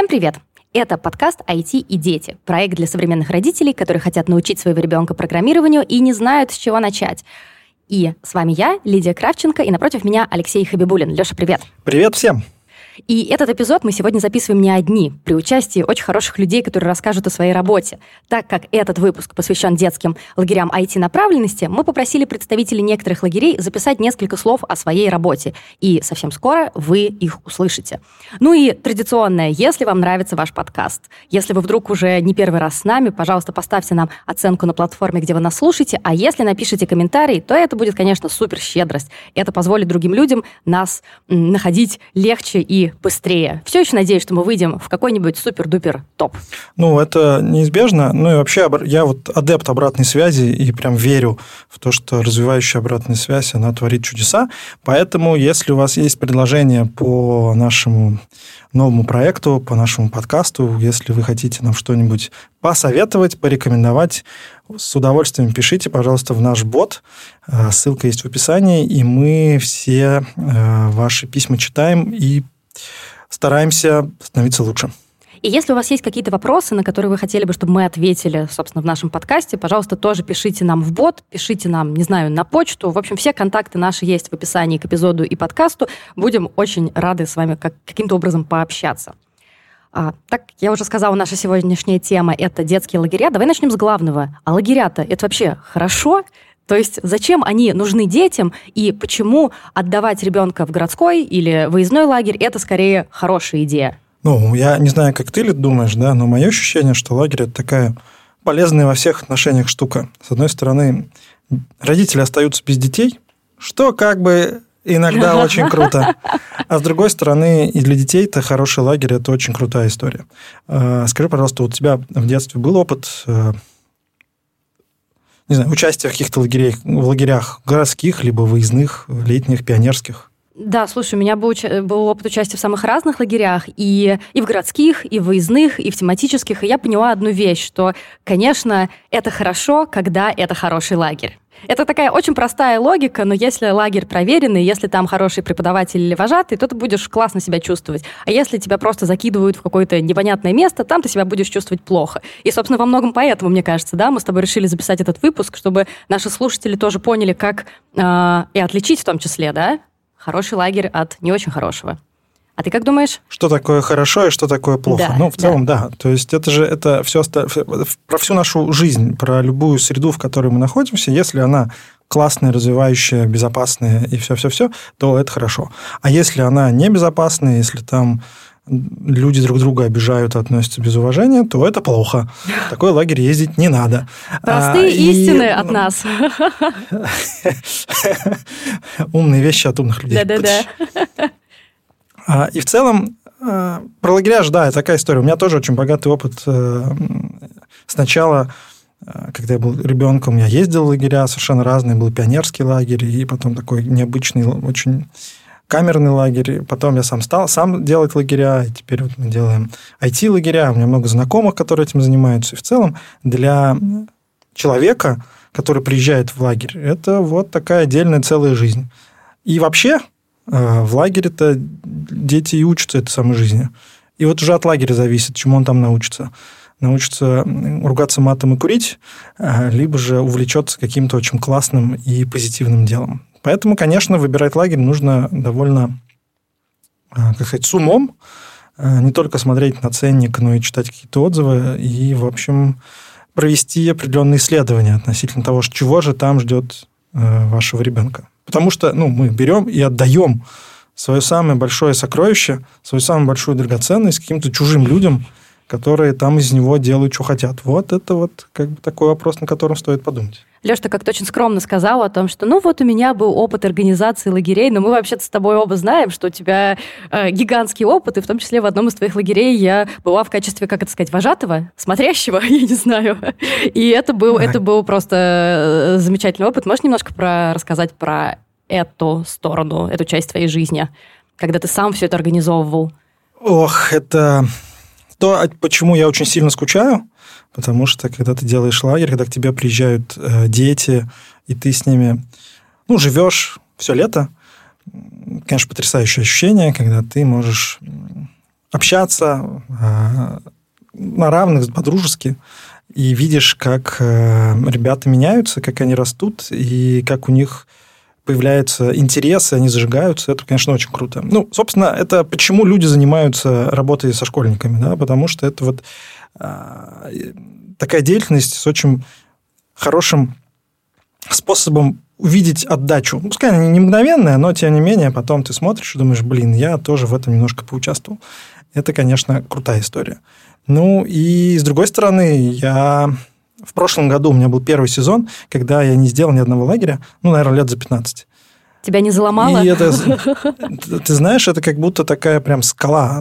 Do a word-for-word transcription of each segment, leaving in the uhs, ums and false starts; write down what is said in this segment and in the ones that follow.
Всем привет! Это подкаст «ай ти и дети», проект для современных родителей, которые хотят научить своего ребенка программированию и не знают, с чего начать. И с вами я, Лидия Кравченко, и напротив меня Алексей Хабибулин. Леша, привет! Привет всем! И этот эпизод мы сегодня записываем не одни, при участии очень хороших людей, которые расскажут о своей работе. Так как этот выпуск посвящен детским лагерям ай ти-направленности, мы попросили представителей некоторых лагерей записать несколько слов о своей работе. И совсем скоро вы их услышите. Ну и традиционное, если вам нравится ваш подкаст, если вы вдруг уже не первый раз с нами, пожалуйста, поставьте нам оценку на платформе, где вы нас слушаете, а если напишите комментарий, то это будет, конечно, супер щедрость. Это позволит другим людям нас находить легче и быстрее. Все еще надеюсь, что мы выйдем в какой-нибудь супер-дупер топ. Ну, это неизбежно. Ну, и вообще, я вот адепт обратной связи и прям верю в то, что развивающая обратная связь, она творит чудеса. Поэтому, если у вас есть предложение по нашему новому проекту, по нашему подкасту, если вы хотите нам что-нибудь посоветовать, порекомендовать, с удовольствием пишите, пожалуйста, в наш бот. Ссылка есть в описании, и мы все ваши письма читаем и стараемся становиться лучше. И если у вас есть какие-то вопросы, на которые вы хотели бы, чтобы мы ответили, собственно, в нашем подкасте, пожалуйста, тоже пишите нам в бот, пишите нам, не знаю, на почту. В общем, все контакты наши есть в описании к эпизоду и подкасту. Будем очень рады с вами как, каким-то образом пообщаться. А, так, я уже сказала, наша сегодняшняя тема – это детские лагеря. Давай начнем с главного. А лагеря-то это вообще хорошо? То есть зачем они нужны детям и почему отдавать ребенка в городской или выездной лагерь – это скорее хорошая идея? Ну, я не знаю, как ты думаешь, да, но мое ощущение, что лагерь – это такая полезная во всех отношениях штука. С одной стороны, родители остаются без детей, что как бы иногда очень круто. А с другой стороны, и для детей-то хороший лагерь – это очень крутая история. Скажи, пожалуйста, у тебя в детстве был опыт, не знаю, участия в каких-то лагерях, в лагерях городских, либо выездных, летних, пионерских? Да, слушай, у меня был, был опыт участия в самых разных лагерях, и, и в городских, и в выездных, и в тематических, и я поняла одну вещь, что, конечно, это хорошо, когда это хороший лагерь. Это такая очень простая логика, но если лагерь проверенный, если там хороший преподаватель или вожатый, то ты будешь классно себя чувствовать. А если тебя просто закидывают в какое-то непонятное место, там ты себя будешь чувствовать плохо. И, собственно, во многом поэтому, мне кажется, да, мы с тобой решили записать этот выпуск, чтобы наши слушатели тоже поняли, как э, и отличить в том числе, да, хороший лагерь от не очень хорошего. А ты как думаешь? Что такое хорошо и что такое плохо? Да, ну, в целом, да. да. То есть это же это все про всю нашу жизнь, про любую среду, в которой мы находимся. Если она классная, развивающая, безопасная и все-все-все, то это хорошо. А если она небезопасная, если там люди друг друга обижают, относятся без уважения, то это плохо. В такой лагерь ездить не надо. Простые а, истины и... от нас. Умные вещи от умных людей. Да-да-да. И в целом про лагеря же, да, это такая история. У меня тоже очень богатый опыт. Сначала, когда я был ребенком, я ездил в лагеря совершенно разные. Был пионерский лагерь, и потом такой необычный, очень камерный лагерь. Потом я сам стал сам делать лагеря, и теперь вот мы делаем ай ти-лагеря. У меня много знакомых, которые этим занимаются. И в целом для человека, который приезжает в лагерь, это вот такая отдельная целая жизнь. И вообще в лагере-то дети и учатся этой самой жизни. И вот уже от лагеря зависит, чему он там научится. Научится ругаться матом и курить, либо же увлечется каким-то очень классным и позитивным делом. Поэтому, конечно, выбирать лагерь нужно довольно, как сказать, с умом. Не только смотреть на ценник, но и читать какие-то отзывы. И, в общем, провести определенные исследования относительно того, чего же там ждет вашего ребенка. Потому что ну, мы берем и отдаем свое самое большое сокровище, свою самую большую драгоценность каким-то чужим людям, которые там из него делают, что хотят. Вот это вот как бы такой вопрос, на котором стоит подумать. Леш, ты как-то очень скромно сказала о том, что ну вот у меня был опыт организации лагерей, но мы вообще-то с тобой оба знаем, что у тебя э, гигантский опыт, и в том числе в одном из твоих лагерей я была в качестве, как это сказать, вожатого, смотрящего, я не знаю. И это был, да. это был просто замечательный опыт. Можешь немножко про, рассказать про эту сторону, эту часть твоей жизни, когда ты сам все это организовывал? Ох, это то, почему я очень сильно скучаю. Потому что, когда ты делаешь лагерь, когда к тебе приезжают э, дети, и ты с ними ну, живешь все лето, конечно, потрясающее ощущение, когда ты можешь общаться на равных, по-дружески, и видишь, как ребята меняются, как они растут, и как у них появляются интересы, они зажигаются. Это, конечно, очень круто. Ну, собственно, это почему люди занимаются работой со школьниками, да, потому что это вот такая деятельность с очень хорошим способом увидеть отдачу. Пускай она не мгновенная, но, тем не менее, потом ты смотришь и думаешь, блин, я тоже в этом немножко поучаствовал. Это, конечно, крутая история. Ну, и с другой стороны, я... В прошлом году у меня был первый сезон, когда я не сделал ни одного лагеря, ну, наверное, лет за пятнадцать. Тебя не заломало? И это, ты знаешь, это как будто такая прям скала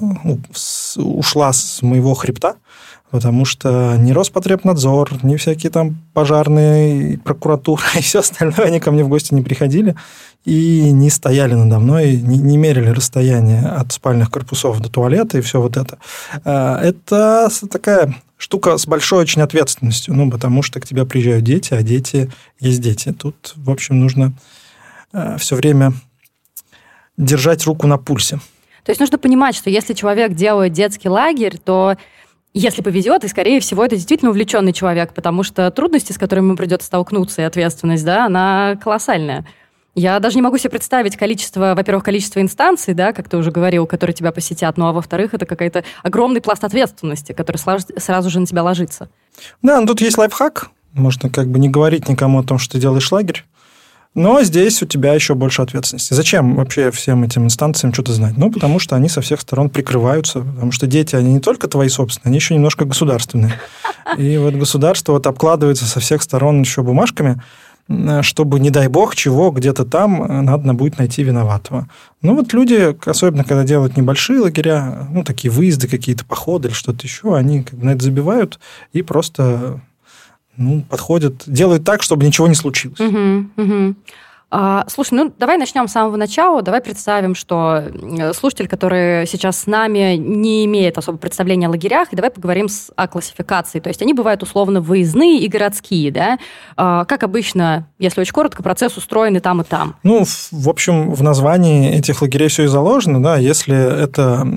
ушла с моего хребта, потому что ни Роспотребнадзор, ни всякие там пожарные, прокуратура и все остальное, они ко мне в гости не приходили и не стояли надо мной, не, не мерили расстояние от спальных корпусов до туалета и все вот это. Это такая штука с большой очень ответственностью, ну, потому что к тебе приезжают дети, а дети есть дети. Тут, в общем, нужно все время держать руку на пульсе. То есть нужно понимать, что если человек делает детский лагерь, то если повезет, и, скорее всего, это действительно увлеченный человек, потому что трудности, с которыми ему придется столкнуться, и ответственность, да, она колоссальная. Я даже не могу себе представить количество, во-первых, количество инстанций, да, как ты уже говорил, которые тебя посетят, ну, а во-вторых, это какой-то огромный пласт ответственности, который сразу же на тебя ложится. Да, ну тут есть лайфхак. Можно как бы не говорить никому о том, что ты делаешь лагерь, но здесь у тебя еще больше ответственности. Зачем вообще всем этим инстанциям что-то знать? Ну, потому что они со всех сторон прикрываются, потому что дети, они не только твои собственные, они еще немножко государственные. И вот государство вот обкладывается со всех сторон еще бумажками, чтобы, не дай бог, чего где-то там надо будет найти виноватого. Ну, вот люди, особенно когда делают небольшие лагеря, ну, такие выезды, какие-то походы или что-то еще, они как бы на это забивают и просто... Ну, подходят, делают так, чтобы ничего не случилось. Угу, угу. А, слушай, ну давай начнем с самого начала. Давай представим, что слушатель, который сейчас с нами, не имеет особого представления о лагерях, и давай поговорим с, о классификации. То есть они бывают условно выездные и городские, да? А, как обычно, если очень коротко, процесс устроен и там, и там. Ну, в, в общем, в названии этих лагерей все и заложено, да. Если это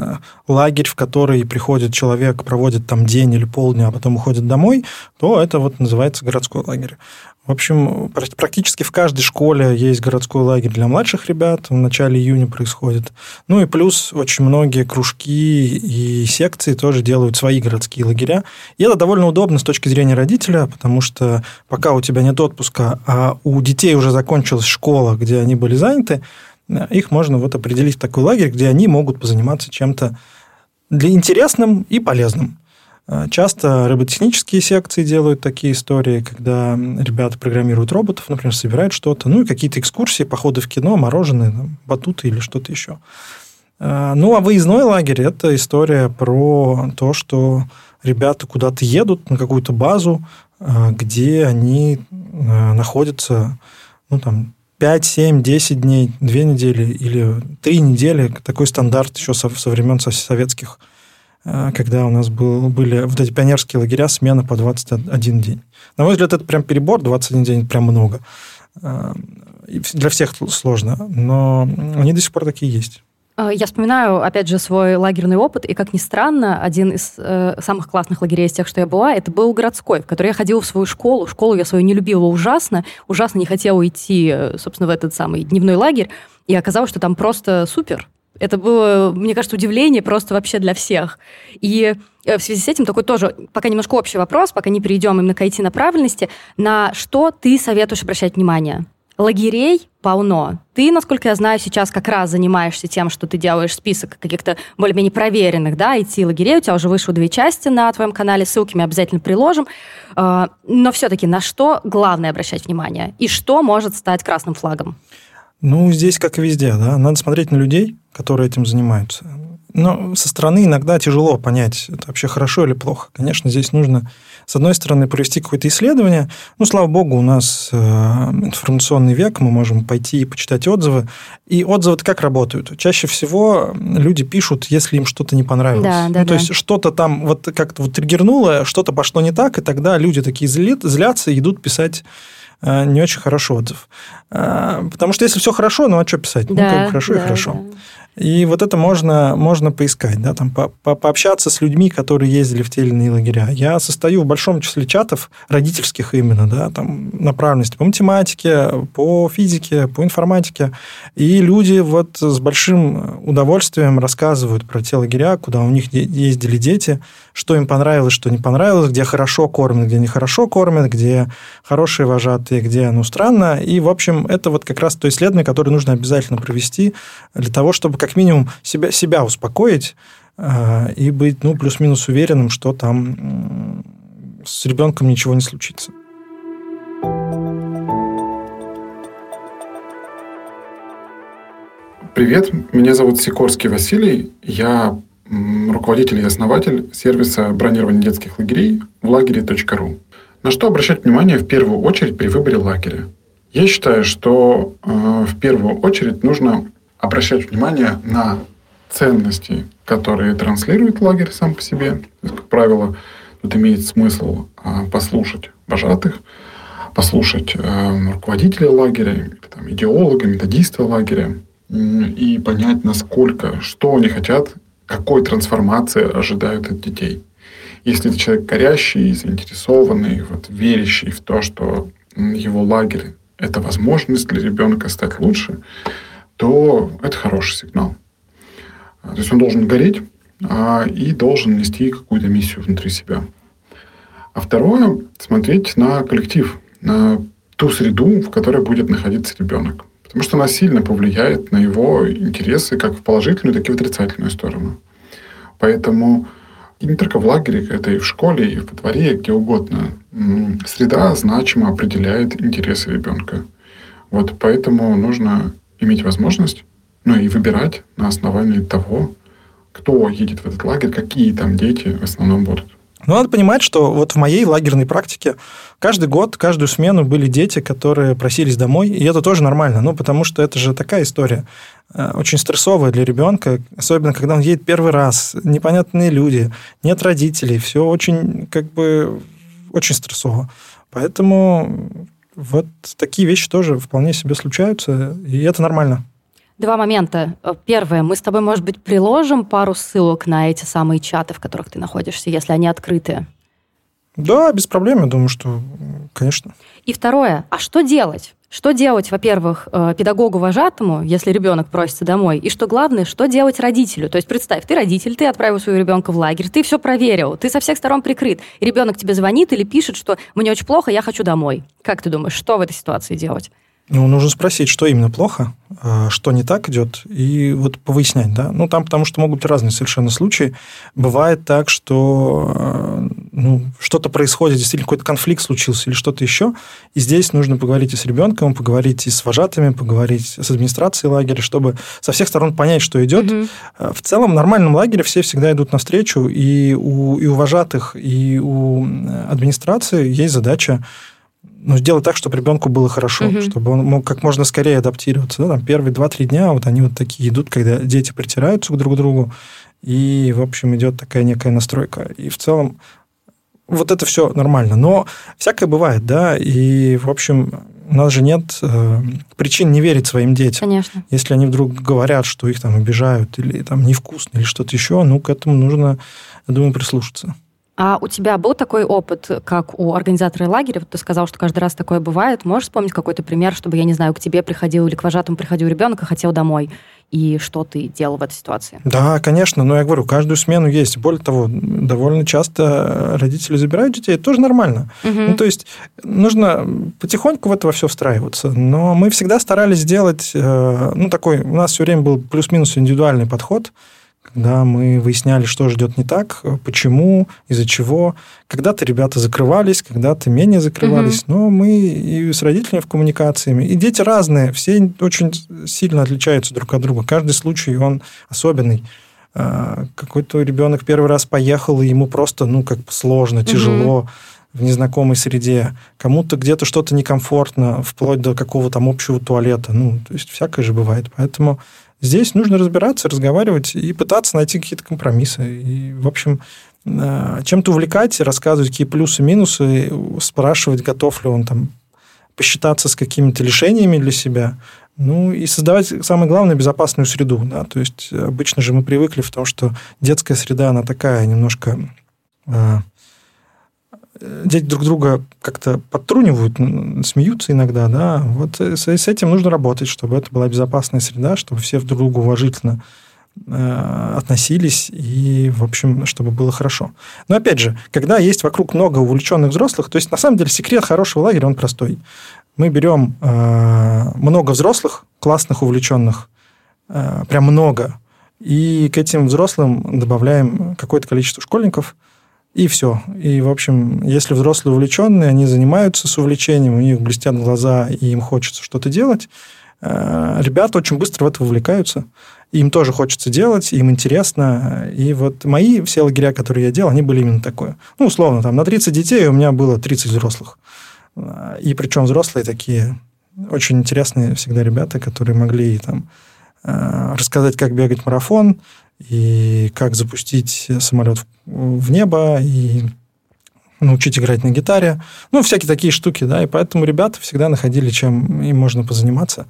э, лагерь, в который приходит человек, проводит там день или полдня, а потом уходит домой, то это вот называется городской лагерь. В общем, практически в каждой школе есть городской лагерь для младших ребят, в начале июня происходит. Ну и плюс очень многие кружки и секции тоже делают свои городские лагеря. И это довольно удобно с точки зрения родителя, потому что пока у тебя нет отпуска, а у детей уже закончилась школа, где они были заняты, их можно вот определить в такой лагерь, где они могут позаниматься чем-то для интересным и полезным. Часто роботехнические секции делают такие истории, когда ребята программируют роботов, например, собирают что-то, ну и какие-то экскурсии, походы в кино, мороженое, батуты или что-то еще. Ну, а выездной лагерь – это история про то, что ребята куда-то едут на какую-то базу, где они находятся, ну, там, пять, семь, десять дней, две недели или три недели. Такой стандарт еще со, со времен советских, когда у нас был, были вот эти пионерские лагеря, смена по двадцать один день. На мой взгляд, это прям перебор, двадцать один день, прям много. Для всех сложно, но они до сих пор такие есть. Я вспоминаю, опять же, свой лагерный опыт, и, как ни странно, один из э, самых классных лагерей из тех, что я была, это был городской, в который я ходила в свою школу. Школу я свою не любила ужасно, ужасно не хотела идти, собственно, в этот самый дневной лагерь, и оказалось, что там просто супер. Это было, мне кажется, удивление просто вообще для всех. И в связи с этим такой тоже пока немножко общий вопрос, пока не перейдем именно к ай ти-направленности, на что ты советуешь обращать внимание? Лагерей полно. Ты, насколько я знаю, сейчас как раз занимаешься тем, что ты делаешь список каких-то более-менее проверенных, да, ай ти-лагерей. У тебя уже вышло две части на твоем канале, ссылки мы обязательно приложим. Но все-таки на что главное обращать внимание? И что может стать красным флагом? Ну, здесь, как и везде, да, надо смотреть на людей, которые этим занимаются. Но со стороны иногда тяжело понять, это вообще хорошо или плохо. Конечно, здесь нужно, с одной стороны, провести какое-то исследование. Ну, слава богу, у нас информационный век, мы можем пойти и почитать отзывы. И отзывы-то как работают? Чаще всего люди пишут, если им что-то не понравилось. Да, да, ну, то да. есть что-то там вот как-то вот триггернуло, что-то пошло не так, и тогда люди такие злятся и идут писать не очень хороший отзыв. Потому что если все хорошо, ну а что писать? Да, ну, как бы хорошо да, и хорошо. Да. И вот это можно, можно поискать, да, там, по, по, пообщаться с людьми, которые ездили в те или иные лагеря. Я состою в большом числе чатов, родительских именно, да, там, направленности по математике, по физике, по информатике. И люди вот с большим удовольствием рассказывают про те лагеря, куда у них ездили дети, что им понравилось, что не понравилось, где хорошо кормят, где нехорошо кормят, где хорошие вожатые, где, ну, странно. И, в общем, это вот как раз то исследование, которое нужно обязательно провести для того, чтобы как минимум себя, себя успокоить э, и быть, ну, плюс-минус уверенным, что там э, с ребенком ничего не случится. Привет, меня зовут Сикорский Василий, я руководитель и основатель сервиса бронирования детских лагерей в лагере точка ру. На что обращать внимание в первую очередь при выборе лагеря? Я считаю, что э, в первую очередь нужно обращать внимание на ценности, которые транслирует лагерь сам по себе. То есть, как правило, тут имеет смысл э, послушать вожатых, послушать э, руководителя лагеря, или, там, идеолога, методиста лагеря, э, и понять, насколько, что они хотят, какой трансформации ожидают от детей. Если это человек горящий, заинтересованный, вот, верящий в то, что его лагерь – это возможность для ребенка стать лучше, то это хороший сигнал. То есть он должен гореть а, и должен нести какую-то миссию внутри себя. А второе – смотреть на коллектив, на ту среду, в которой будет находиться ребенок. Потому что она сильно повлияет на его интересы как в положительную, так и в отрицательную сторону. Поэтому и не только в лагере, это и в школе, и во дворе, где угодно. Среда значимо определяет интересы ребенка. Вот поэтому нужно иметь возможность, ну и выбирать на основании того, кто едет в этот лагерь, какие там дети в основном будут. Но надо понимать, что вот в моей лагерной практике каждый год, каждую смену были дети, которые просились домой, и это тоже нормально, ну, потому что это же такая история, очень стрессовая для ребенка, особенно когда он едет первый раз, непонятные люди, нет родителей, все очень, как бы, очень стрессово. Поэтому вот такие вещи тоже вполне себе случаются, и это нормально. Два момента. Первое. Мы с тобой, может быть, приложим пару ссылок на эти самые чаты, в которых ты находишься, если они открыты. Да, без проблем, я думаю, что, конечно. И второе. А что делать? Что делать, во-первых, педагогу-вожатому, если ребенок просится домой? И что главное, что делать родителю? То есть представь, ты родитель, ты отправил своего ребенка в лагерь, ты все проверил, ты со всех сторон прикрыт, и ребенок тебе звонит или пишет, что «мне очень плохо, я хочу домой». Как ты думаешь, что в этой ситуации делать? Ну, нужно спросить, что именно плохо, что не так идет, и вот повыяснять, да. Ну, там, потому что могут быть разные совершенно случаи. Бывает так, что ну, что-то происходит, действительно какой-то конфликт случился или что-то еще, и здесь нужно поговорить и с ребенком, поговорить и с вожатыми, поговорить с администрацией лагеря, чтобы со всех сторон понять, что идет. Угу. В целом, в нормальном лагере все всегда идут навстречу, и у, и у вожатых, и у администрации есть задача ну, сделать так, чтобы ребенку было хорошо, угу. чтобы он мог как можно скорее адаптироваться. Да? Там первые два-три дня вот они вот такие идут, когда дети притираются друг к другу, и, в общем, идет такая некая настройка. И в целом вот это все нормально. Но всякое бывает, да, и, в общем, у нас же нет э, причин не верить своим детям. Конечно. Если они вдруг говорят, что их там обижают, или там невкусно, или что-то еще, ну, к этому нужно, я думаю, прислушаться. А у тебя был такой опыт, как у организатора лагеря? Вот ты сказал, что каждый раз такое бывает. Можешь вспомнить какой-то пример, чтобы, я не знаю, к тебе приходил или к вожатому приходил ребенок и хотел домой? И что ты делал в этой ситуации? Да, конечно. Но я говорю, каждую смену есть. Более того, довольно часто родители забирают детей. Это тоже нормально. Угу. Ну, то есть нужно потихоньку в это во все встраиваться. Но мы всегда старались сделать... Ну, такой... У нас все время был плюс-минус индивидуальный подход, когда мы выясняли, что ждет не так, почему, из-за чего. Когда-то ребята закрывались, когда-то менее закрывались, угу. но мы и с родителями в коммуникации. И дети разные, все очень сильно отличаются друг от друга. Каждый случай, он особенный. Какой-то ребенок первый раз поехал, и ему просто, ну, как бы сложно, тяжело угу. в незнакомой среде. Кому-то где-то что-то некомфортно, вплоть до какого-то там общего туалета. Ну, то есть всякое же бывает. Поэтому... Здесь нужно разбираться, разговаривать и пытаться найти какие-то компромиссы. И, в общем, чем-то увлекать, рассказывать, какие плюсы, минусы, спрашивать, готов ли он там посчитаться с какими-то лишениями для себя, ну, и создавать, самое главное, безопасную среду, да, то есть обычно же мы привыкли в том, что детская среда, она такая немножко... Э, дети друг друга как-то подтрунивают, смеются иногда, да, вот с, с этим нужно работать, чтобы это была безопасная среда, чтобы все друг к другу уважительно э, относились и, в общем, чтобы было хорошо. Но, опять же, когда есть вокруг много увлеченных взрослых, то есть, на самом деле, секрет хорошего лагеря, он простой. Мы берем э, много взрослых, классных, увлеченных, э, прям много, и к этим взрослым добавляем какое-то количество школьников, и все. И, в общем, если взрослые увлеченные, они занимаются с увлечением, у них блестят глаза, и им хочется что-то делать, э, ребята очень быстро в это вовлекаются, им тоже хочется делать, им интересно. И вот мои все лагеря, которые я делал, они были именно такое. Ну, условно, там на тридцать детей у меня было тридцать взрослых. И причем взрослые такие очень интересные всегда ребята, которые могли там рассказать, как бегать марафон, и как запустить самолет в небо, и научить играть на гитаре. Ну, всякие такие штуки, да. И поэтому ребята всегда находили, чем им можно позаниматься.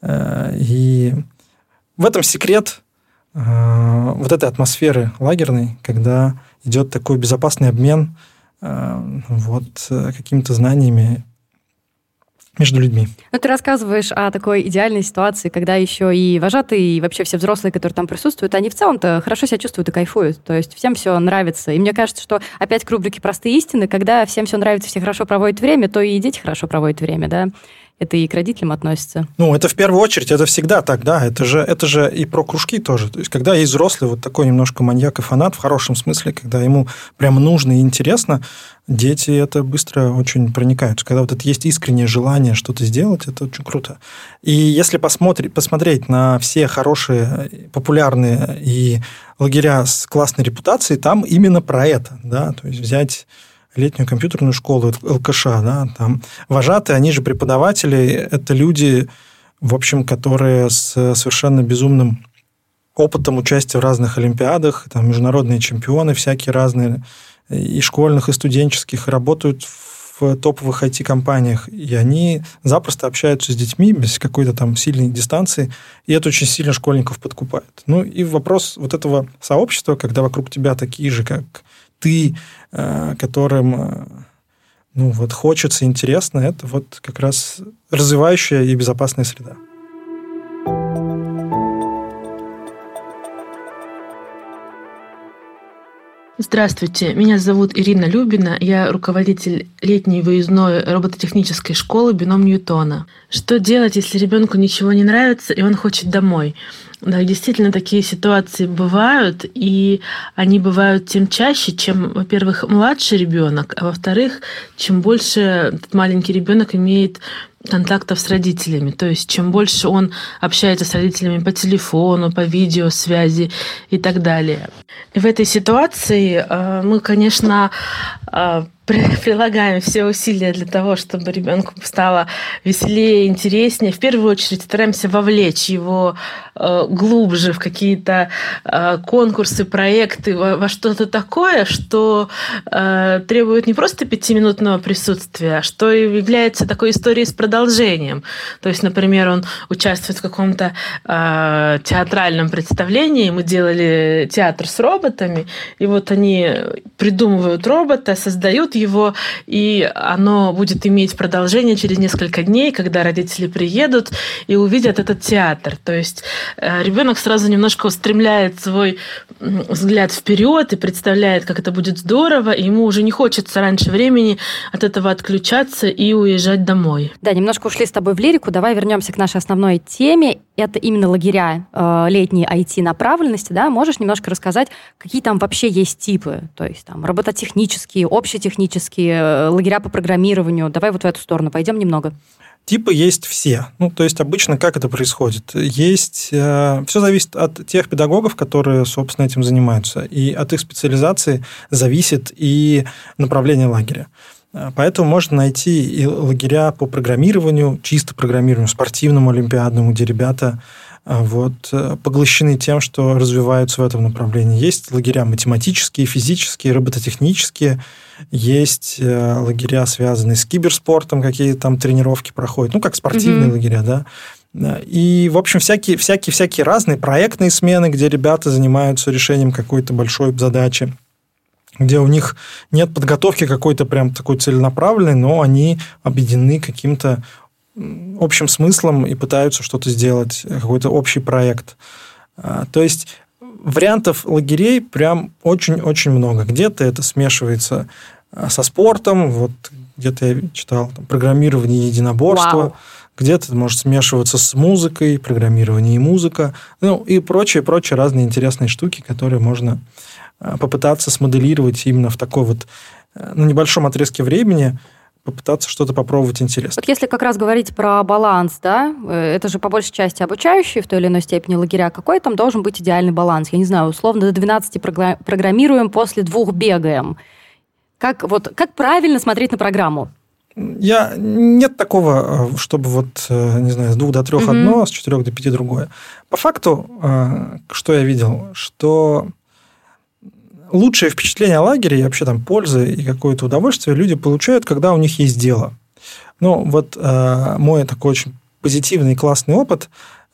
И в этом секрет вот этой атмосферы лагерной, когда идет такой безопасный обмен вот какими-то знаниями между людьми. Ну, ты рассказываешь о такой идеальной ситуации, когда еще и вожатые, и вообще все взрослые, которые там присутствуют, они в целом-то хорошо себя чувствуют и кайфуют. То есть всем все нравится. И мне кажется, что опять к рубрике «Простые истины», когда всем все нравится, все хорошо проводят время, то и дети хорошо проводят время, да? Это и к родителям относится. Ну, это в первую очередь, это всегда так, да. Это же, это же и про кружки тоже. То есть, когда есть взрослый вот такой немножко маньяк и фанат, в хорошем смысле, когда ему прям нужно и интересно, дети это быстро очень проникают. Когда вот это есть искреннее желание что-то сделать, это очень круто. И если посмотреть, посмотреть на все хорошие, популярные и лагеря с классной репутацией, там именно про это, да. То есть, взять летнюю компьютерную школу, эл ка ша, да, там вожатые, они же преподаватели, это люди, в общем, которые с совершенно безумным опытом участия в разных олимпиадах, там международные чемпионы всякие разные, и школьных, и студенческих, и работают в топовых ай ти-компаниях, и они запросто общаются с детьми без какой-то там сильной дистанции, и это очень сильно школьников подкупает. Ну, и вопрос вот этого сообщества, когда вокруг тебя такие же, как ты, которым, ну, вот хочется, интересно, это вот как раз развивающая и безопасная среда. Здравствуйте, меня зовут Ирина Любина, я руководитель летней выездной робототехнической школы «Бином Ньютона». Что делать, если ребенку ничего не нравится и он хочет домой? Да, действительно, такие ситуации бывают, и они бывают тем чаще, чем, во-первых, младший ребенок, а во-вторых, чем больше этот маленький ребенок имеет контактов с родителями. То есть, чем больше он общается с родителями по телефону, по видеосвязи и так далее. И в этой ситуации мы, конечно, прилагаем все усилия для того, чтобы ребенку стало веселее, интереснее. В первую очередь стараемся вовлечь его глубже в какие-то конкурсы, проекты, во что-то такое, что требует не просто пятиминутного присутствия, а что является такой историей с продолжением. То есть, например, он участвует в каком-то театральном представлении. Мы делали театр с роботами, и вот они придумывают робота, создают его, и оно будет иметь продолжение через несколько дней, когда родители приедут и увидят этот театр. То есть ребенок сразу немножко устремляет свой взгляд вперед и представляет, как это будет здорово, и ему уже не хочется раньше времени от этого отключаться и уезжать домой. Да, немножко ушли с тобой в лирику, давай вернемся к нашей основной теме. Это именно лагеря э, летней ай ти-направленности, да? Можешь немножко рассказать, какие там вообще есть типы? То есть там робототехнические, общетехнические, лагеря по программированию. Давай вот в эту сторону пойдем немного. Типы есть все. Ну, то есть обычно как это происходит? Есть... Э, все зависит от тех педагогов, которые, собственно, этим занимаются. И от их специализации зависит и направление лагеря. Поэтому можно найти и лагеря по программированию, чисто программированию, спортивному, олимпиадному, где ребята вот, поглощены тем, что развиваются в этом направлении. Есть лагеря математические, физические, робототехнические, есть лагеря, связанные с киберспортом, какие там тренировки проходят, ну, как спортивные mm-hmm. лагеря, да. И, в общем, всякие, всякие, всякие разные проектные смены, где ребята занимаются решением какой-то большой задачи, где у них нет подготовки какой-то прям такой целенаправленной, но они объединены каким-то общим смыслом и пытаются что-то сделать, какой-то общий проект. То есть вариантов лагерей прям очень-очень много. Где-то это смешивается со спортом, вот где-то я читал там, программирование и единоборство, Вау. Где-то это может смешиваться с музыкой, программирование и музыка, ну и прочие-прочие разные интересные штуки, которые можно попытаться смоделировать именно в такой вот ну, небольшом отрезке времени, попытаться что-то попробовать интересное. Вот если как раз говорить про баланс, да, это же по большей части обучающие в той или иной степени лагеря, какой там должен быть идеальный баланс? Я не знаю, условно до двенадцати программируем, после двух бегаем. Как, вот, как правильно смотреть на программу? Я, нет такого, чтобы вот, не знаю, с двух до трех mm-hmm. одно, с четырех до пяти другое. По факту, что я видел, что лучшее впечатление о лагере и вообще там пользы и какое-то удовольствие люди получают, когда у них есть дело. Ну, вот мой такой очень позитивный и классный опыт.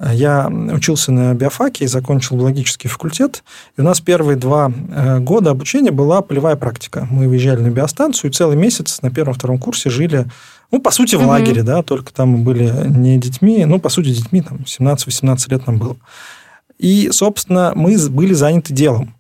Я учился на биофаке и закончил биологический факультет. И у нас первые два года обучения была полевая практика. Мы выезжали на биостанцию и целый месяц на первом-втором курсе жили, ну, по сути, в mm-hmm. лагере, да, только там мы были не детьми, ну, по сути, детьми, там, семнадцать-восемнадцать лет нам было. И, собственно, мы были заняты делом.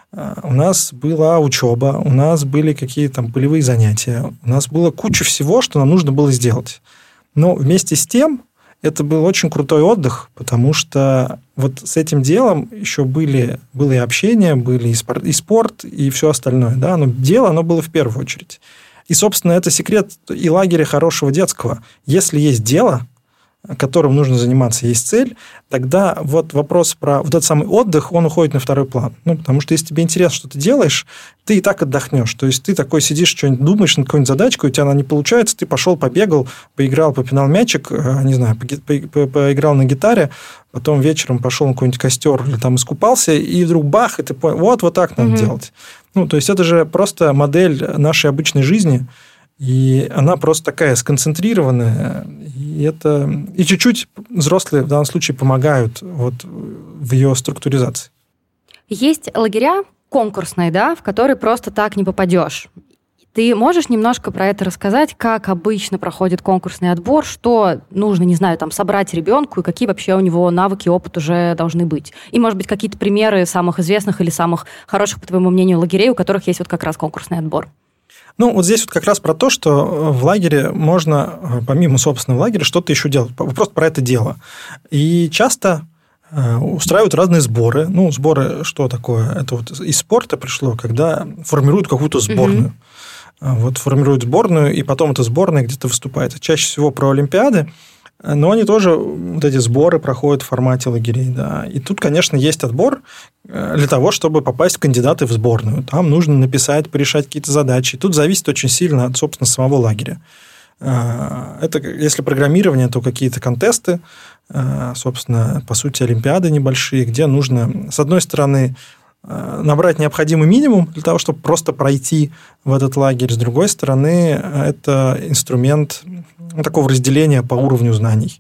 У нас была учеба, у нас были какие-то там полевые занятия, у нас была куча всего, что нам нужно было сделать. Но вместе с тем это был очень крутой отдых, потому что вот с этим делом еще были, было и общение, были и спорт, и спорт, и все остальное. Да? Но дело, оно было в первую очередь. И, собственно, это секрет и лагеря хорошего детского. Если есть дело, которым нужно заниматься, есть цель, тогда вот вопрос про вот этот самый отдых, он уходит на второй план. Ну, потому что если тебе интересно, что ты делаешь, ты и так отдохнешь. То есть ты такой сидишь, что-нибудь думаешь над какой-нибудь задачкой, у тебя она не получается, ты пошел, побегал, поиграл, попинал мячик, не знаю, поиграл на гитаре, потом вечером пошел на какой-нибудь костер или там искупался, и вдруг бах, и ты понял, вот, вот так надо mm-hmm. делать. Ну, то есть это же просто модель нашей обычной жизни, и она просто такая сконцентрированная, и это и чуть-чуть взрослые в данном случае помогают вот в ее структуризации. Есть лагеря конкурсные, да, в которые просто так не попадешь. Ты можешь немножко про это рассказать, как обычно проходит конкурсный отбор, что нужно, не знаю, там собрать ребенку, и какие вообще у него навыки и опыт уже должны быть? И, может быть, какие-то примеры самых известных или самых хороших, по твоему мнению, лагерей, у которых есть вот как раз конкурсный отбор? Ну, вот здесь вот как раз про то, что в лагере можно, помимо собственного лагеря, что-то еще делать. Просто про это дело. И часто устраивают разные сборы. Ну, сборы что такое? Это вот из спорта пришло, когда формируют какую-то сборную. Mm-hmm. Вот формируют сборную, и потом эта сборная где-то выступает. Чаще всего про Олимпиады, но они тоже, вот эти сборы проходят в формате лагерей. Да. И тут, конечно, есть отбор для того, чтобы попасть в кандидаты в сборную. Там нужно написать, порешать какие-то задачи. И тут зависит очень сильно от, собственно, самого лагеря. Это, если программирование, то какие-то контесты, собственно, по сути, олимпиады небольшие, где нужно, с одной стороны, набрать необходимый минимум для того, чтобы просто пройти в этот лагерь. С другой стороны, это инструмент такого разделения по уровню знаний.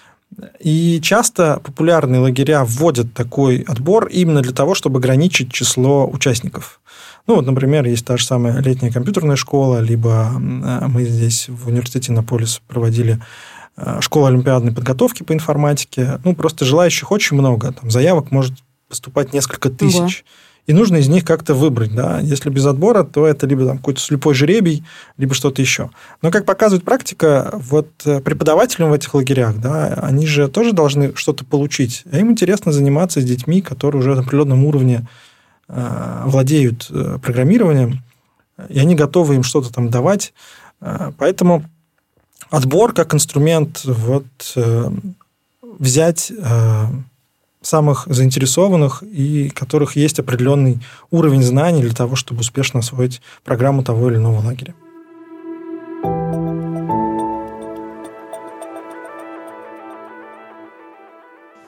И часто популярные лагеря вводят такой отбор именно для того, чтобы ограничить число участников. Ну, вот, например, есть та же самая летняя компьютерная школа, либо мы здесь в университете Иннополис проводили школу олимпиадной подготовки по информатике. Ну, просто желающих очень много. Там заявок может поступать несколько тысяч. Ого. И нужно из них как-то выбрать. Да? Если без отбора, то это либо там, какой-то слепой жеребий, либо что-то еще. Но, как показывает практика, вот преподавателям в этих лагерях, да, они же тоже должны что-то получить. А им интересно заниматься с детьми, которые уже на определенном уровне э, владеют программированием, и они готовы им что-то там давать. Поэтому отбор как инструмент вот, э, взять... Э, самых заинтересованных и которых есть определенный уровень знаний для того, чтобы успешно освоить программу того или иного лагеря.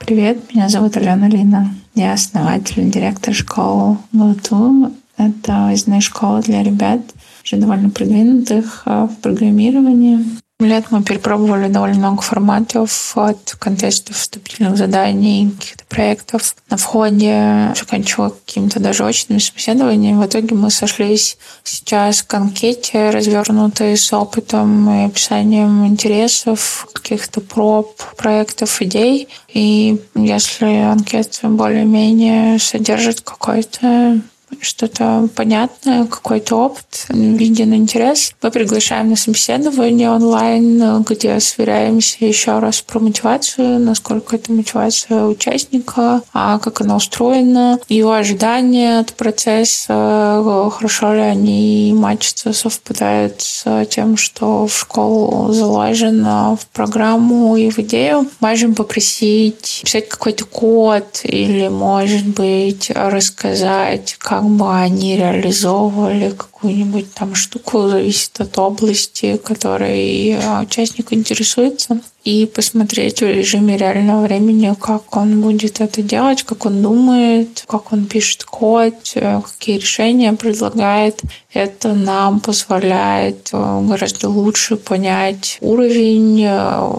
Привет, меня зовут Алена Лина. Я основатель и директор школы ГоТу. Это выездная школа для ребят, уже довольно продвинутых в программировании. Лет мы перепробовали довольно много форматов, от контестов, вступительных заданий, каких-то проектов. На входе заканчивала какими-то даже очными собеседованиями. В итоге мы сошлись сейчас к анкете, развернутой с опытом и описанием интересов, каких-то проб, проектов, идей. И если анкета более-менее содержит какой-то что-то понятное, какой-то опыт, виден интерес, мы приглашаем на собеседование онлайн, где сверяемся еще раз про мотивацию, насколько это мотивация участника, а как она устроена, его ожидания от процесса, хорошо ли они матчатся, совпадают с тем, что в школу заложено в программу и в идею. Можем попросить писать какой-то код или, может быть, рассказать, как бы они реализовывали какую-нибудь там штуку, зависит от области, которой участник интересуется, и посмотреть в режиме реального времени, как он будет это делать, как он думает, как он пишет код, какие решения предлагает. Это нам позволяет гораздо лучше понять уровень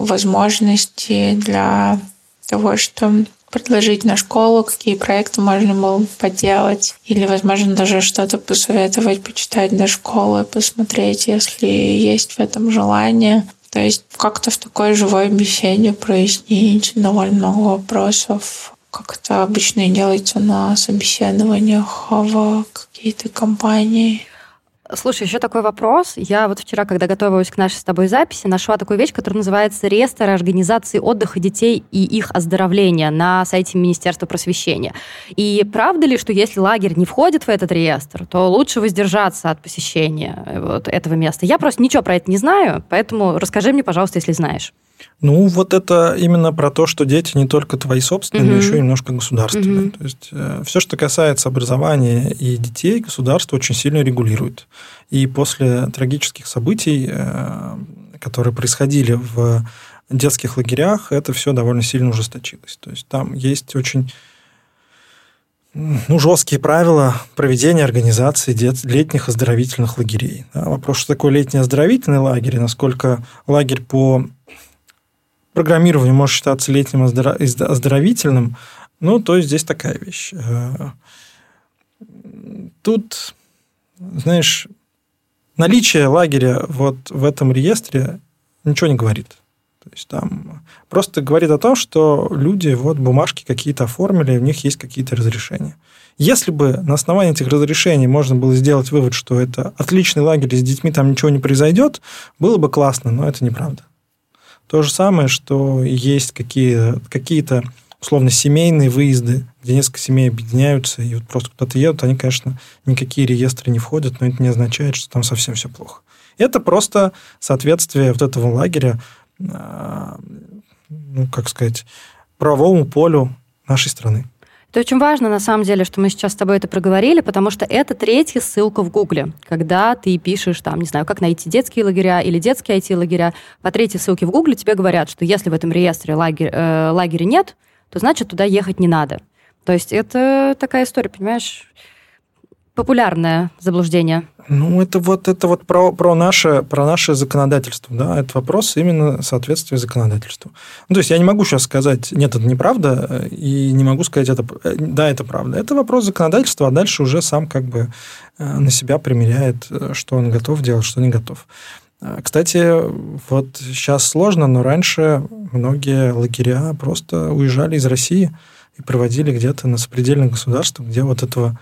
возможностей для того, что предложить на школу, какие проекты можно было бы поделать, или, возможно, даже что-то посоветовать, почитать до школы, посмотреть, если есть в этом желание. То есть как-то в такой живой беседе прояснить довольно много вопросов, как это обычно и делается на собеседованиях в какие-то компании. Слушай, еще такой вопрос. Я вот вчера, когда готовилась к нашей с тобой записи, нашла такую вещь, которая называется «Реестр организации отдыха детей и их оздоровления» на сайте Министерства просвещения. И правда ли, что если лагерь не входит в этот реестр, то лучше воздержаться от посещения вот этого места? Я просто ничего про это не знаю, поэтому расскажи мне, пожалуйста, если знаешь. Ну, вот это именно про то, что дети не только твои собственные, но Угу. еще и немножко государственные. Угу. То есть э, все, что касается образования и детей, государство очень сильно регулирует. И после трагических событий, э, которые происходили в детских лагерях, это все довольно сильно ужесточилось. То есть там есть очень ну, жесткие правила проведения организации дет... летних оздоровительных лагерей. Да, вопрос, что такое летний оздоровительный лагерь, и насколько лагерь по программированию может считаться летним оздоровительным, ну, то есть здесь такая вещь. Тут, знаешь, наличие лагеря вот в этом реестре ничего не говорит. То есть там просто говорит о том, что люди вот бумажки какие-то оформили, и у них есть какие-то разрешения. Если бы на основании этих разрешений можно было сделать вывод, что это отличный лагерь, и с детьми там ничего не произойдет, было бы классно, но это неправда. То же самое, что есть какие, какие-то, условно, семейные выезды, где несколько семей объединяются, и вот просто куда-то едут, они, конечно, никакие реестры не входят, но это не означает, что там совсем все плохо. Это просто соответствие вот этого лагеря, ну, как сказать, правовому полю нашей страны. Это очень важно, на самом деле, что мы сейчас с тобой это проговорили, потому что это третья ссылка в Гугле. Когда ты пишешь, там, не знаю, как найти детские лагеря или детские ай ти-лагеря, по третьей ссылке в Гугле тебе говорят, что если в этом реестре лагерь, э, лагеря нет, то значит туда ехать не надо. То есть это такая история, понимаешь, популярное заблуждение. Ну, это вот, это вот про, про, наше, про наше законодательство. Да? Это вопрос именно соответствия законодательству. Ну, то есть я не могу сейчас сказать, нет, это неправда, и не могу сказать, это, да, это правда. Это вопрос законодательства, а дальше уже сам как бы на себя примеряет, что он готов делать, что не готов. Кстати, вот сейчас сложно, но раньше многие лагеря просто уезжали из России и проводили где-то на сопредельных государствах, где вот этого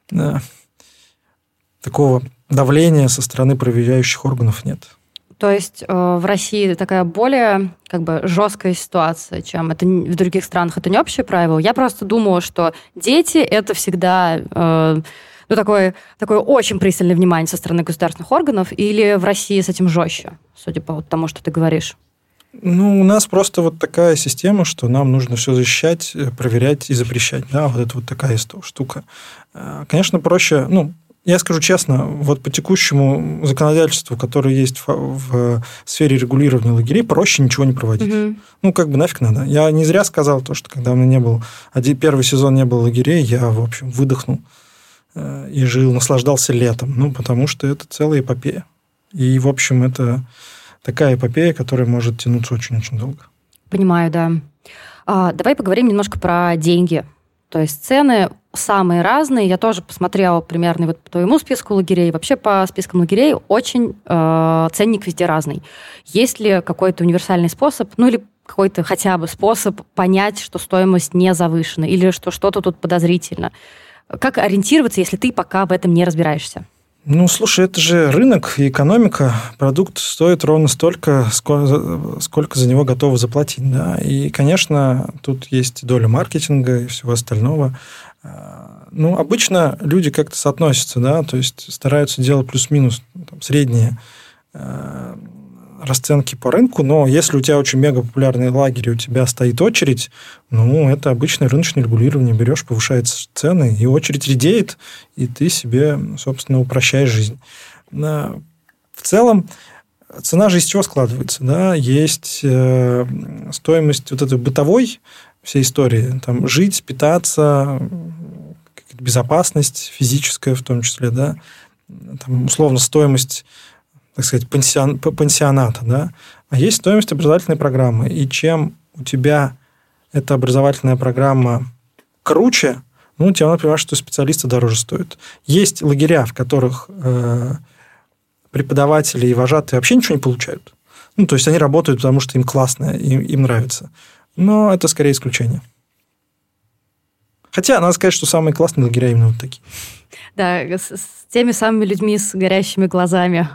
такого давления со стороны проверяющих органов нет. То есть э, в России такая более как бы жесткая ситуация, чем это в других странах. Это не общее правило. Я просто думала, что дети – это всегда э, ну, такое, такое очень пристальное внимание со стороны государственных органов, или в России с этим жестче, судя по тому, что ты говоришь? Ну, у нас просто вот такая система, что нам нужно все защищать, проверять и запрещать. Да, вот это вот такая штука. Конечно, проще, ну, Я скажу честно, вот по текущему законодательству, которое есть в, в сфере регулирования лагерей, проще ничего не проводить. Угу. Ну, как бы нафиг надо. Я не зря сказал то, что когда у меня не был, один, первый сезон не было лагерей, я, в общем, выдохнул э, и жил, наслаждался летом. Ну, потому что это целая эпопея. И, в общем, это такая эпопея, которая может тянуться очень-очень долго. Понимаю, да. А, давай поговорим немножко про деньги. То есть цены самые разные. Я тоже посмотрела примерно вот по твоему списку лагерей. Вообще по спискам лагерей очень э, ценник везде разный. Есть ли какой-то универсальный способ, ну или какой-то хотя бы способ понять, что стоимость не завышена или что что-то тут подозрительно? Как ориентироваться, если ты пока в этом не разбираешься? Ну, слушай, это же рынок и экономика. Продукт стоит ровно столько, сколько, сколько за него готовы заплатить. Да? И, конечно, тут есть доля маркетинга и всего остального. Ну, обычно люди как-то соотносятся, да, то есть стараются делать плюс-минус там, средние э, расценки по рынку, но если у тебя очень мега популярный лагерь, и у тебя стоит очередь, ну, это обычное рыночное регулирование. Берешь, повышаются цены, и очередь редеет, и ты себе, собственно, упрощаешь жизнь. В целом, цена же из чего складывается? Да? Есть э, стоимость вот этой бытовой всей истории, там, жить, питаться, безопасность физическая в том числе, да, там, условно, стоимость, так сказать, пансион, пансионата, да, а есть стоимость образовательной программы, и чем у тебя эта образовательная программа круче, ну, тебе надо понимать, что специалисты дороже стоят. Есть лагеря, в которых э, преподаватели и вожатые вообще ничего не получают, ну, то есть они работают, потому что им классно, им, им нравится. Но это скорее исключение. Хотя, надо сказать, что самые классные лагеря именно вот такие. Да, с, с теми самыми людьми с горящими глазами.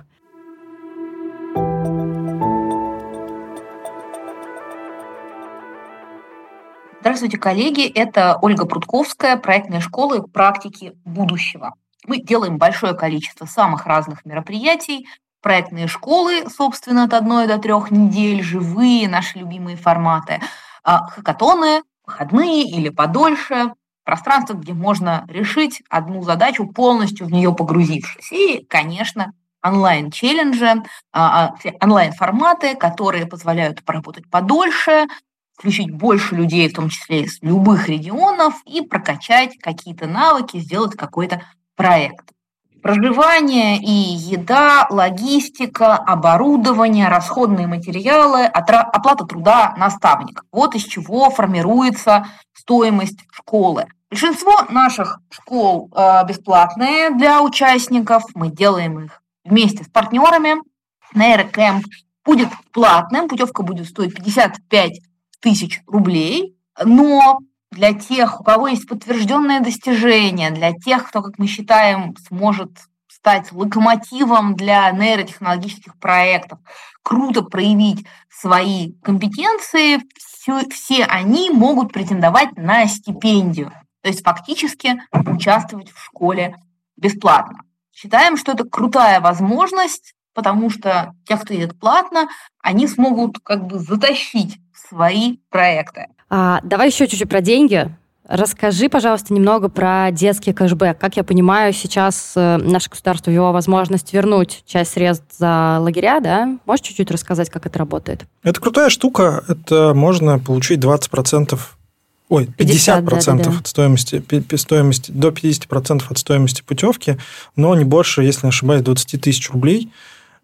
Здравствуйте, коллеги. Это Ольга Прудковская, проектная школа «Практики будущего». Мы делаем большое количество самых разных мероприятий. Проектные школы, собственно, от одной до трех недель, живые, наши любимые форматы, хакатоны, выходные или подольше, пространство, где можно решить одну задачу, полностью в нее погрузившись. И, конечно, онлайн-челленджи, онлайн-форматы, которые позволяют поработать подольше, включить больше людей, в том числе из любых регионов, и прокачать какие-то навыки, сделать какой-то проект. Проживание и еда, логистика, оборудование, расходные материалы, оплата труда наставника. Вот из чего формируется стоимость школы. Большинство наших школ бесплатные для участников. Мы делаем их вместе с партнерами. Нейрокэмп будет платным, путевка будет стоить пятьдесят пять тысяч рублей, но для тех, у кого есть подтвержденные достижения, для тех, кто, как мы считаем, сможет стать локомотивом для нейротехнологических проектов, круто проявить свои компетенции, все, все они могут претендовать на стипендию, то есть фактически участвовать в школе бесплатно. Считаем, что это крутая возможность, потому что те, кто идет платно, они смогут как бы затащить свои проекты. А, давай еще чуть-чуть про деньги. Расскажи, пожалуйста, немного про детский кэшбэк. Как я понимаю, сейчас наше государство ввело возможность вернуть часть средств за лагеря, да? Можешь чуть-чуть рассказать, как это работает? Это крутая штука. Это можно получить двадцать процентов, ой, пятьдесят процентов да, да, да. от стоимости, стоимости, до пятьдесят процентов от стоимости путевки, но не больше, если не ошибаюсь, двадцать тысяч рублей.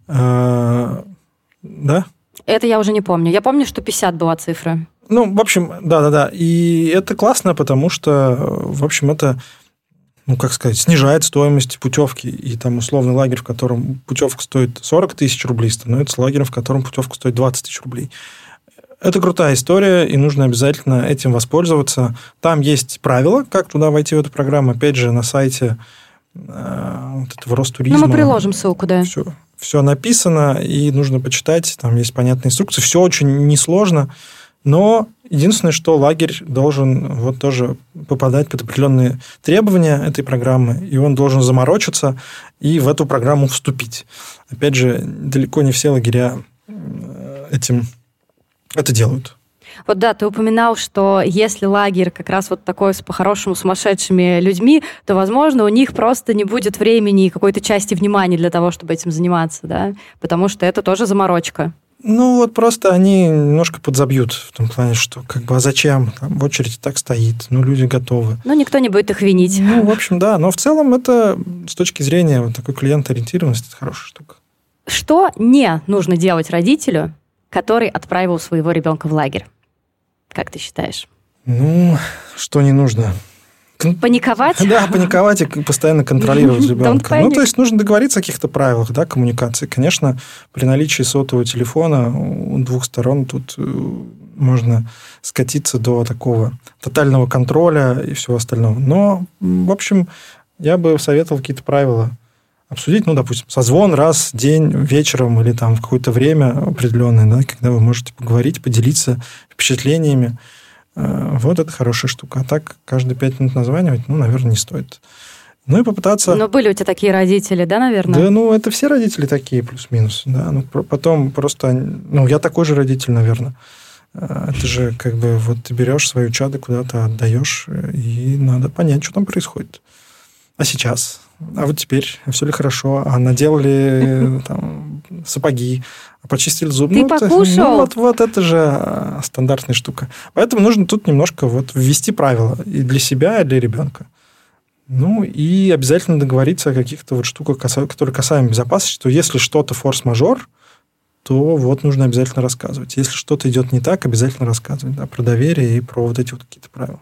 Да? Это я уже не помню. Я помню, что пятьдесят была цифра. Ну, в общем, да-да-да. И это классно, потому что, в общем, это, ну, как сказать, снижает стоимость путевки. И там условный лагерь, в котором путевка стоит сорок тысяч рублей, становится лагерем, в котором путевка стоит двадцать тысяч рублей. Это крутая история, и нужно обязательно этим воспользоваться. Там есть правила, как туда войти в эту программу. Опять же, на сайте вот этого Ростуризма. Ну, мы приложим ссылку, да. Все, все написано, и нужно почитать. Там есть понятные инструкции. Все очень несложно. Но единственное, что лагерь должен вот тоже попадать под определенные требования этой программы, и он должен заморочиться и в эту программу вступить. Опять же, далеко не все лагеря этим это делают. Вот да, ты упоминал, что если лагерь как раз вот такой с по-хорошему сумасшедшими людьми, то, возможно, у них просто не будет времени и какой-то части внимания для того, чтобы этим заниматься, да? Потому что это тоже заморочка. Ну, вот просто они немножко подзабьют в том плане, что как бы, а зачем? Там в очереди так стоит, ну, люди готовы. Ну, никто не будет их винить. Ну, в общем, да. Но в целом это с точки зрения вот такой клиентоориентированности, это хорошая штука. Что не нужно делать родителю, который отправил своего ребенка в лагерь? Как ты считаешь? Ну, что не нужно? Паниковать? Да, паниковать и постоянно контролировать ребенка. Ну, то есть нужно договориться о каких-то правилах, да, коммуникации. Конечно, при наличии сотового телефона у двух сторон тут можно скатиться до такого тотального контроля и всего остального. Но, в общем, я бы советовал какие-то правила обсудить, ну, допустим, созвон раз в день вечером или там в какое-то время определенное, да, когда вы можете поговорить, поделиться впечатлениями. Вот это хорошая штука. А так каждые пять минут названивать, ну, наверное, не стоит. Ну, и попытаться... Но были у тебя такие родители, да, наверное? Да, ну, это все родители такие, плюс-минус, да. Ну, потом просто... Ну, я такой же родитель, наверное. Это же как бы вот ты берешь свою чадо, куда-то отдаешь, и надо понять, что там происходит. А сейчас? А вот теперь? Все ли хорошо? А наделали там сапоги? А почистили зубы? Ты ну, покушал? Это, ну, вот, вот это же стандартная штука. Поэтому нужно тут немножко вот ввести правила и для себя, и для ребенка. Ну, и обязательно договориться о каких-то вот штуках, которые касаемы безопасности, что если что-то форс-мажор, то вот нужно обязательно рассказывать. Если что-то идет не так, обязательно рассказывать, да, про доверие и про вот эти вот какие-то правила.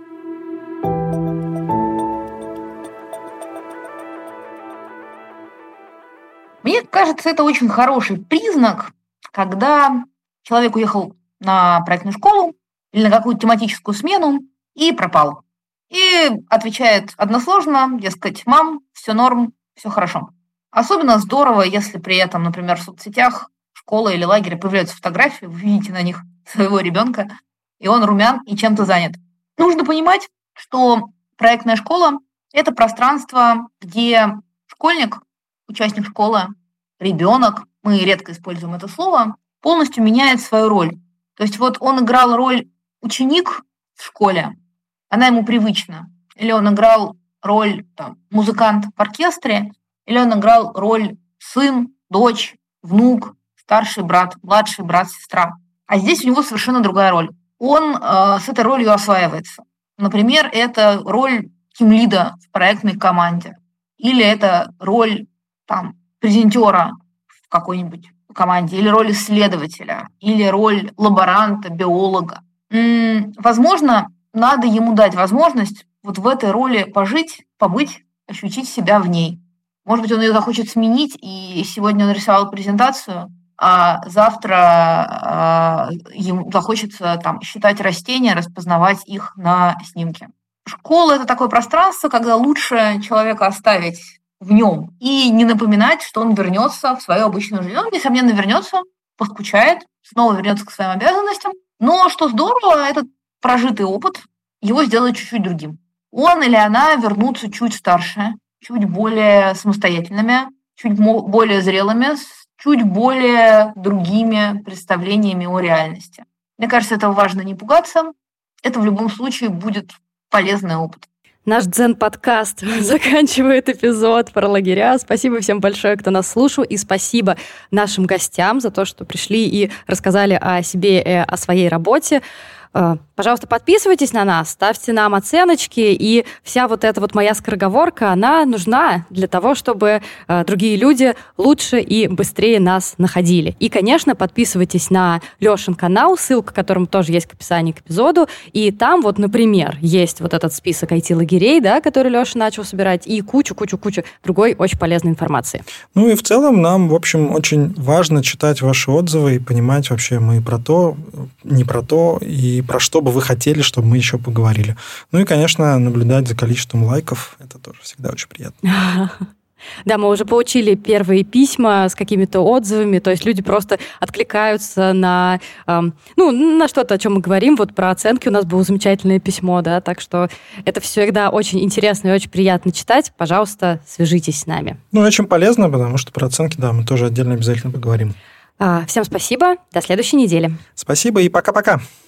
Мне кажется, это очень хороший признак, когда человек уехал на проектную школу или на какую-то тематическую смену и пропал. И отвечает односложно, дескать, мам, все норм, все хорошо. Особенно здорово, если при этом, например, в соцсетях школы или лагеря появляются фотографии, вы видите на них своего ребенка, и он румян и чем-то занят. Нужно понимать, что проектная школа – это пространство, где школьник, участник школы, ребенок, мы редко используем это слово, полностью меняет свою роль. То есть вот он играл роль ученик в школе, она ему привычна. Или он играл роль там, музыкант в оркестре, или он играл роль сын, дочь, внук, старший брат, младший брат, сестра. А здесь у него совершенно другая роль. Он э, с этой ролью осваивается. Например, это роль тимлида в проектной команде. Или это роль там, презентера в какой-нибудь команде, или роль исследователя, или роль лаборанта, биолога. М-м, возможно, надо ему дать возможность вот в этой роли пожить, побыть, ощутить себя в ней. Может быть, он ее захочет сменить, и сегодня он рисовал презентацию, а завтра э, ему захочется там, считать растения, распознавать их на снимке. Школа – это такое пространство, когда лучше человека оставить в нем и не напоминать, что он вернется в свою обычную жизнь. Он, несомненно, вернется, поскучает, снова вернется к своим обязанностям. Но что здорово, этот прожитый опыт его сделает чуть-чуть другим. Он или она вернутся чуть старше, чуть более самостоятельными, чуть более зрелыми, с чуть более другими представлениями о реальности. Мне кажется, этого важно не пугаться. Это в любом случае будет полезный опыт. Наш Дзен-подкаст заканчивает эпизод про лагеря. Спасибо всем большое, кто нас слушал, и спасибо нашим гостям за то, что пришли и рассказали о себе и о своей работе. Пожалуйста, подписывайтесь на нас, ставьте нам оценочки, и вся вот эта вот моя скороговорка, она нужна для того, чтобы другие люди лучше и быстрее нас находили. И, конечно, подписывайтесь на Лешин канал, ссылка, которому тоже есть в описании к эпизоду, и там вот, например, есть вот этот список ай ти-лагерей, да, который Леша начал собирать, и кучу-кучу-кучу другой очень полезной информации. Ну и в целом нам, в общем, очень важно читать ваши отзывы и понимать вообще, мы про то, не про то, и про что бы вы хотели, чтобы мы еще поговорили. Ну и, конечно, наблюдать за количеством лайков. Это тоже всегда очень приятно. Да, мы уже получили первые письма с какими-то отзывами, то есть люди просто откликаются на, эм, ну, на что-то, о чем мы говорим. Вот про оценки у нас было замечательное письмо, да, так что это всегда очень интересно и очень приятно читать. Пожалуйста, свяжитесь с нами. Ну, очень полезно, потому что про оценки, да, мы тоже отдельно обязательно поговорим. Всем спасибо, до следующей недели. Спасибо и пока-пока.